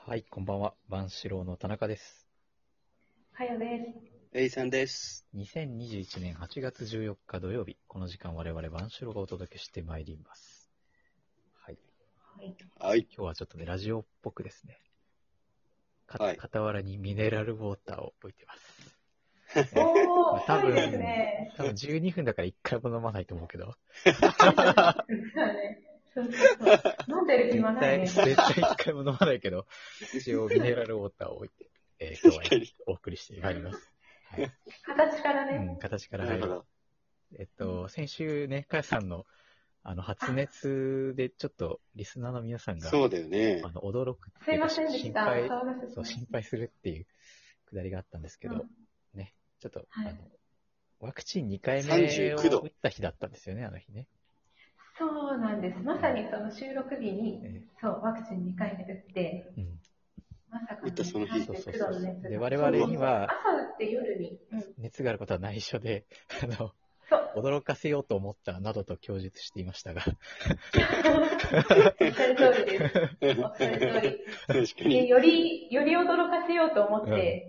はい、こんばんは。万志郎の田中です。 はよです。 エイさんです。 2021年8月14日土曜日、この時間我々万志郎がお届けしてまいります。はい。 はい。 今日はちょっとね、ラジオっぽくですね。 はい。 傍らにミネラルウォーターを置いてます。 おー、 多分、 はいですね。 多分12分だから1回も飲まないと思うけど。 そう。飲んでる暇ないね。 絶対1回も飲まないけど、一応ミネラルウォーターを置いて、今日はお送りしてまいります。はい。 形からね。 形から入る。先週ね、かやさんの発熱でちょっとリスナーの皆さんが、 そうだよね。 驚くってすいまいうか、 せんでした。 心配するっていうくだりがあったんですけど、ね、ちょっと、ワクチン2回目を打った日だったんですよね、あの日ね。 そうなんです。まさにその収録日に、ワクチン2回目打って、まさかの39度の熱で、我々には、 朝打って夜に、 熱があることは内緒で、驚かせようと思ったなどと供述していましたが。 おっしゃる通りです。おっしゃる通り。 確かに。 より驚かせようと思って、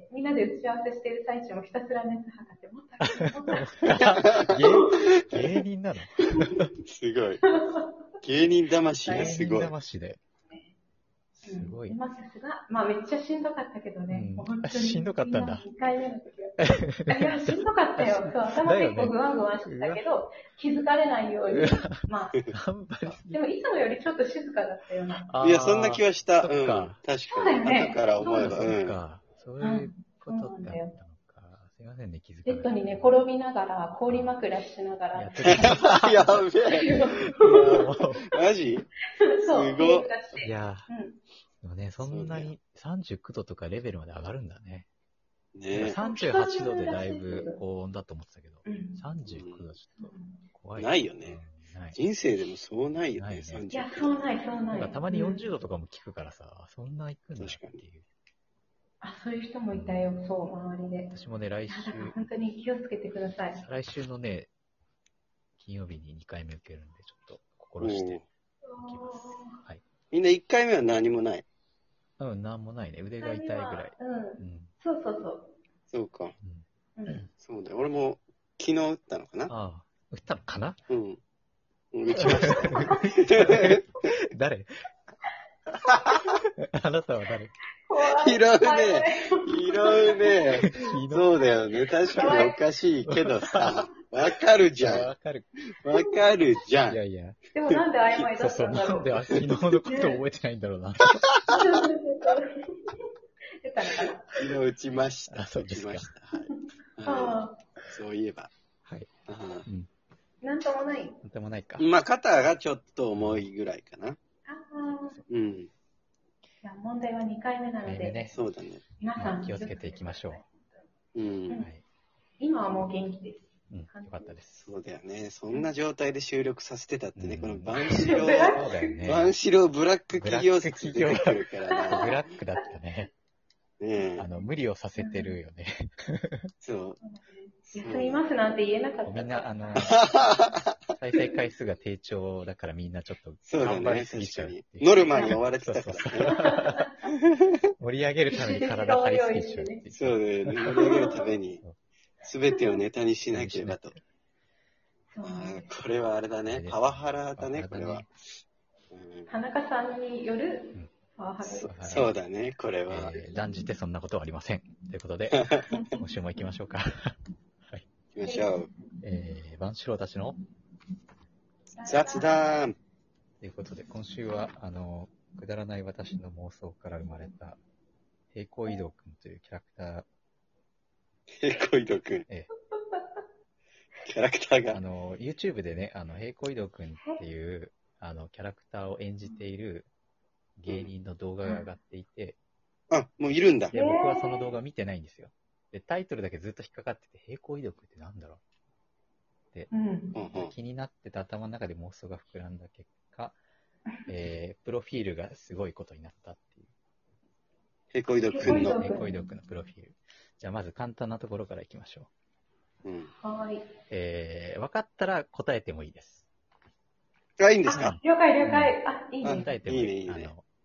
みんなで打ち合わせしている最中もひたすら熱測って、もっと芸人なのすごい。芸人魂がすごい。 芸人魂で。すごい。 まあめっちゃしんどかったけどね。本当にしんどかったんだ。 2回目の時は。いや、しんどかったよ。そう、頭結構グワングワンしてたけど、気づかれないように。まあ。でもいつもよりちょっと静かだったよな。 いや、そんな気はした。 確かに。 そうだよね。 後から思えば。 そういうことだったのか。すいませんね、気づかない。 ベッドにね、転びながら、氷枕しながら。 やべえ。マジそう。 すごい。 いや、でもね、そんなに39度とかレベルまで上がるんだね。ね、38度でだいぶ高温だと思ってたけど、39度ちょっと怖い。 ないよね。人生でもそうないよね、 いや、そうない。 たまに40度とかも聞くからさ、そんな行くんだっていう。 そういう人もいたよ、そう、周りで。 私もね、来週。 本当に気をつけてください。 来週のね、金曜日に2回目受けるんで、ちょっと心しておきます。はい。 みんな1回目は何もない。 なんもないね。腕が痛いぐらい。 そう。 そうか。そうだよ。俺も昨日打ったのかな？ 打ったのかな？ 打ちました。 誰あなたは誰？ 拾うね。そうだよね。確かにおかしいけどさ。わかるじゃん。わかるじゃん。 いやいや。 でもなんで曖昧だったんだろう。 なんで昨日のこと覚えてないんだろうな。 昨日打ちました。 そうですか。 そういえば。 はい。 なんともない。 なんともないか。 まあ、肩がちょっと重いぐらいかな。 いや、問題は2回目なので。 そうだね。 皆さん気をつけていきましょう。 今はもう元気です。 よかったです。 そうだよね。そんな状態で収録させてたってね、この万志郎ブラック企業説出てくるからな。 ブラックだったね。無理をさせてるよね。 そう。 休みますなんて言えなかった。 みんな、再生回数が低調だからみんなちょっと頑張りすぎちゃう。 ノルマに追われてたからね。盛り上げるために体張りすぎちゃうっていう。 そうだよね。盛り上げるために、すべてをネタにしなければと。これはあれだね。パワハラだね、これは。 田中さんによるパワハラ。 そうだね、これは。 断じてそんなことはありません。ということで、今週も行きましょうか。 行きましょう。 万志郎たちの雑談ということで、今週は、くだらない私の妄想から生まれた、平行移動くんというキャラクター。 平行移動くん。キャラクターが。 YouTube でね、平行移動くんっていう、キャラクターを演じている芸人の動画が上がっていて、 もういるんだ。 で、僕はその動画見てないんですよ。で、タイトルだけずっと引っかかってて、平行移動くんってなんだろうで、気になってた頭の中で妄想が膨らんだ結果、プロフィールがすごいことになったっていう。 平行移動くんの。 平行移動くんのプロフィール。じゃあまず簡単なところからいきましょう。はい。 分かったら答えてもいいです。 いいんですか？ 了解。いいね。 答えてもいい。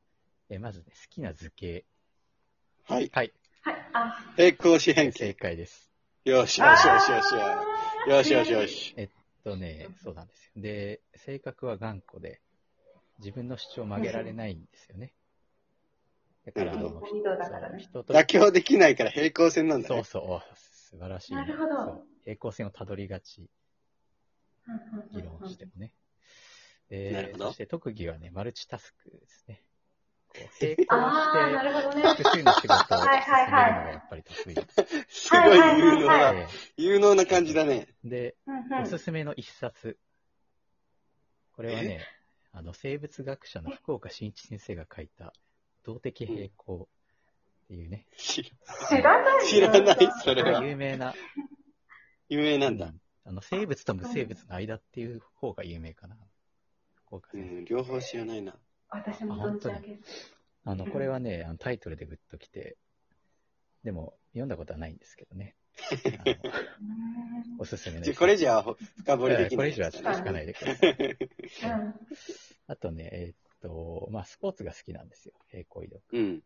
まずね、好きな図形。 はい。 はい。 はい。あ、 平行四辺形。 正解です。 よしよしよしよしよしよしよし。 そうなんですよ。で、性格は頑固で、自分の主張を曲げられないんですよね。だから、 人と。妥協できないから平行線なんだね。 そうそう。素晴らしい。 なるほど。 平行線をたどりがち。議論してもね。そして特技はね、マルチタスクですね。並行して複数の仕事を進めるのがやっぱり得意。 すごい有能だ。有能な感じだね。 で、おすすめの一冊。これはね、生物学者の福岡伸一先生が書いた動的平衡っていうね。 知らない、 それは。 有名な。 有名なんだ。 生物と無生物の間っていう方が有名かな。 両方知らないな。 私も存じ上げる。 これはね、タイトルでグッときて、でも読んだことはないんですけどね。おすすめです。 これじゃ深掘りできない。 これ以上は聞かないでください。あとね、スポーツが好きなんですよ。平行移動。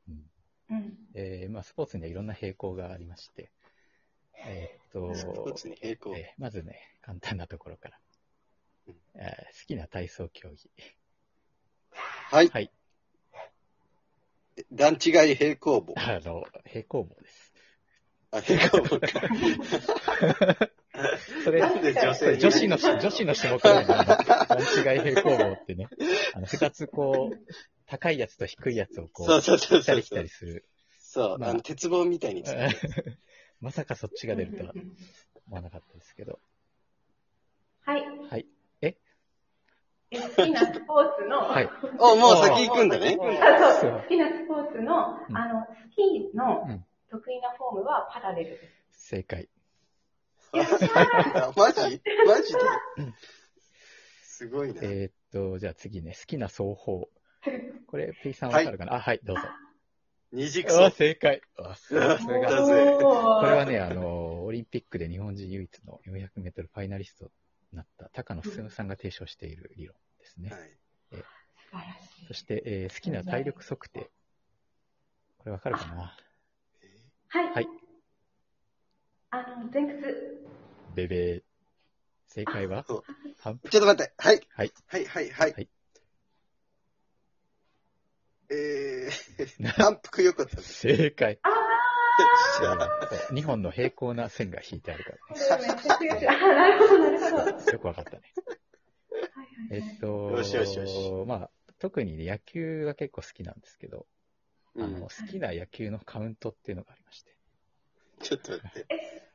スポーツにはいろんな平行がありまして、 スポーツに平行。 まずね、簡単なところから。好きな体操競技。 はい。はい。段違い平行棒。 平行棒です。 平行棒か。 それ、女子の種目で、段違い平行棒ってね、二つ高いやつと低いやつを来たり来たりする。 そう、鉄棒みたいに使う。 まさかそっちが出るとは思わなかったですけど。 はい。 はい。 好きなスポーツの、 はい。もう先行くんだね。 そう、好きなスポーツの、スキーの得意なフォームはパラレルです。 正解。 マジですごいな。 じゃあ次ね、好きな走法。これ、P さんわかるかな？はい、どうぞ。 二軸走。 正解。さすが。これはね、オリンピックで日本人唯一の400メートルファイナリストになった高野進さんが提唱している理論ですね。そして、好きな体力測定。これわかるかな？ はい。前屈。 ベベー。正解は反復。ちょっと待って。はい。 はい。 反復よかったです。 正解。2本の平行な線が引いてあるからね。 なるほど。 よくわかったね。 よし。 特に野球が結構好きなんですけど、好きな野球のカウントっていうのがありまして。 ちょっと待って。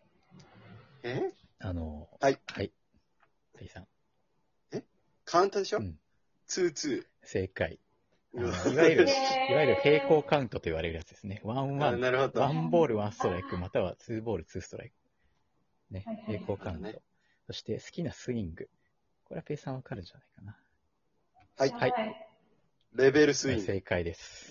はい。はい。テイさん。 カウントでしょ？2-2。 正解。いわゆる平行カウントと言われるやつですね。1-1。 なるほど。 1ボール1ストライク、または2ボール2ストライク。ね。平行カウント。そして好きなスイング。これはペイさんわかるんじゃないかな。 はい。レベルスイング。 正解です。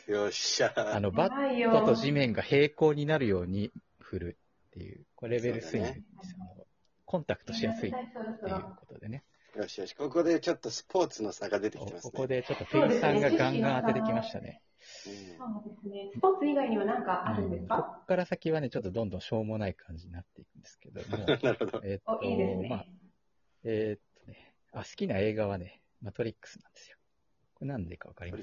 よっしゃ。 バットと地面が平行になるように振るっていう、これレベルスイングですよ。コンタクトしやすいっていうことでね。 よし。ここでちょっとスポーツの差が出てきてますね。 ここでちょっとペイさんがガンガン当ててきましたね。 そうですね。スポーツ以外には何かあるんですか？ ここから先はね、ちょっとどんどんしょうもない感じになっていくんですけども。 なるほど。 いいですね。好きな映画はね、マトリックスなんですよ。これなんでかわかります？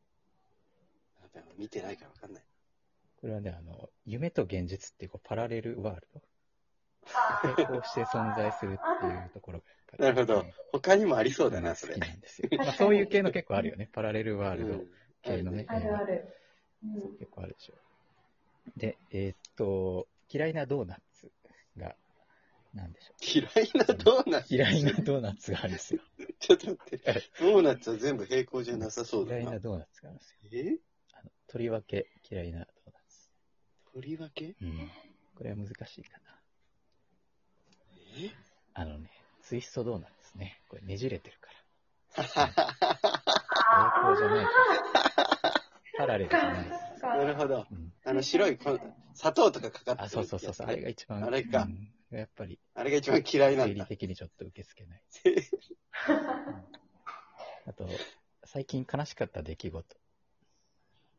見てないからわかんない。 これはね、夢と現実っていうパラレルワールド。並行して存在するっていうところがやっぱり。なるほど。他にもありそうだな、それ。 好きなんですよ。そういう系の結構あるよね。パラレルワールド系のね。 ある。 結構あるでしょ。で、嫌いなドーナツが、なんでしょう。 嫌いなドーナツ嫌いなドーナツがあるんですよ。 ちょっと待って。ドーナツは全部平行じゃなさそうだな。 嫌いなドーナツがあるんですよ。とりわけ嫌いなドーナツ。 とりわけ？ これは難しいかな。ツイストドーナツですね。これねじれてるから。平行じゃないから。パラレルじゃないです。 なるほど。白い砂糖とかかかってる。 そう。あれが一番。 あれか。 やっぱり。 あれが一番嫌いなんだ。 生理的にちょっと受け付けない。あと、最近悲しかった出来事。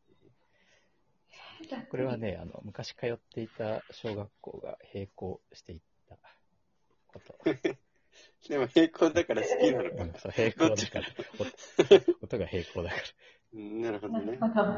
これはね、昔通っていた小学校が並行していったこと。 でも並行だから好きなのかな。 そう、並行だから。音が並行だから。 なるほどね。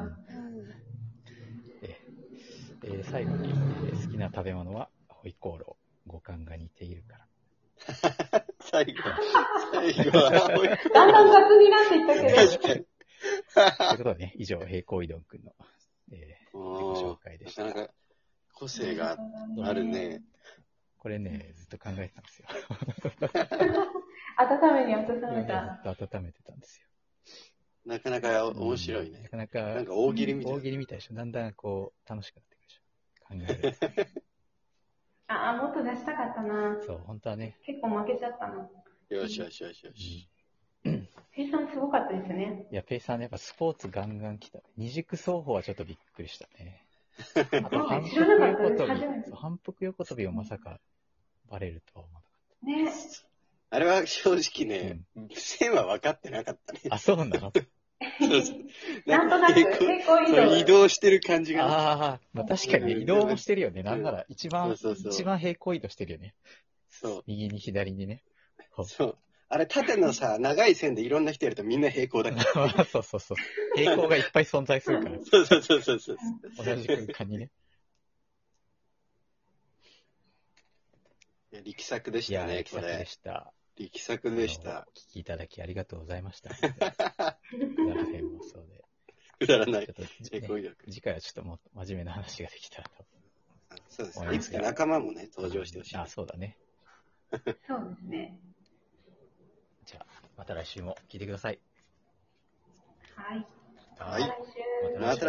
最後に、好きな食べ物はホイコーロー。五感が似ているから。 最後はだんだん雑になっていったけど。 確かに。 ということでね、以上、平行移動くんの、ご紹介でした。 なかなか個性があるね。 これね、ずっと考えてたんですよ。 温めた。 ずっと温めてたんですよ。 なかなか面白いね。 なかなか、 なんか大喜利みたい。 大喜利みたいでしょ。だんだんこう、楽しくなってくるでしょ。考える。 もっと出したかったな。 そう、本当はね。 結構負けちゃったな。 よし。 ペイさんすごかったですね。 いや、ペイさんね、やっぱスポーツガンガン来た。二軸走法はちょっとびっくりしたね。あと反復横跳び。反復横跳びをまさかバレるとは思わなかった。 ね。 あれは正直ね、線は分かってなかったね。 あ、そうなのなんとなく平行移動。 移動してる感じが。 まあ確かにね、移動もしてるよね。なんなら一番平行移動してるよね。 そう。 右に左にね。 そう。あれ、縦のさ、長い線でいろんな人やるとみんな平行だから。 そう。平行がいっぱい存在するから。 そう。 同じ空間にね。 力作でしたね、これ。 力作でした。 力作でした。 お聞きいただきありがとうございました。くだらない放送で。 くだらない。 次回はちょっともっと真面目な話ができたらと。 そうですね。いつか仲間もね、登場してほしい。 そうだね。 そうですね。 じゃあ、また来週も聞いてください。 はい。 はい。 また来週。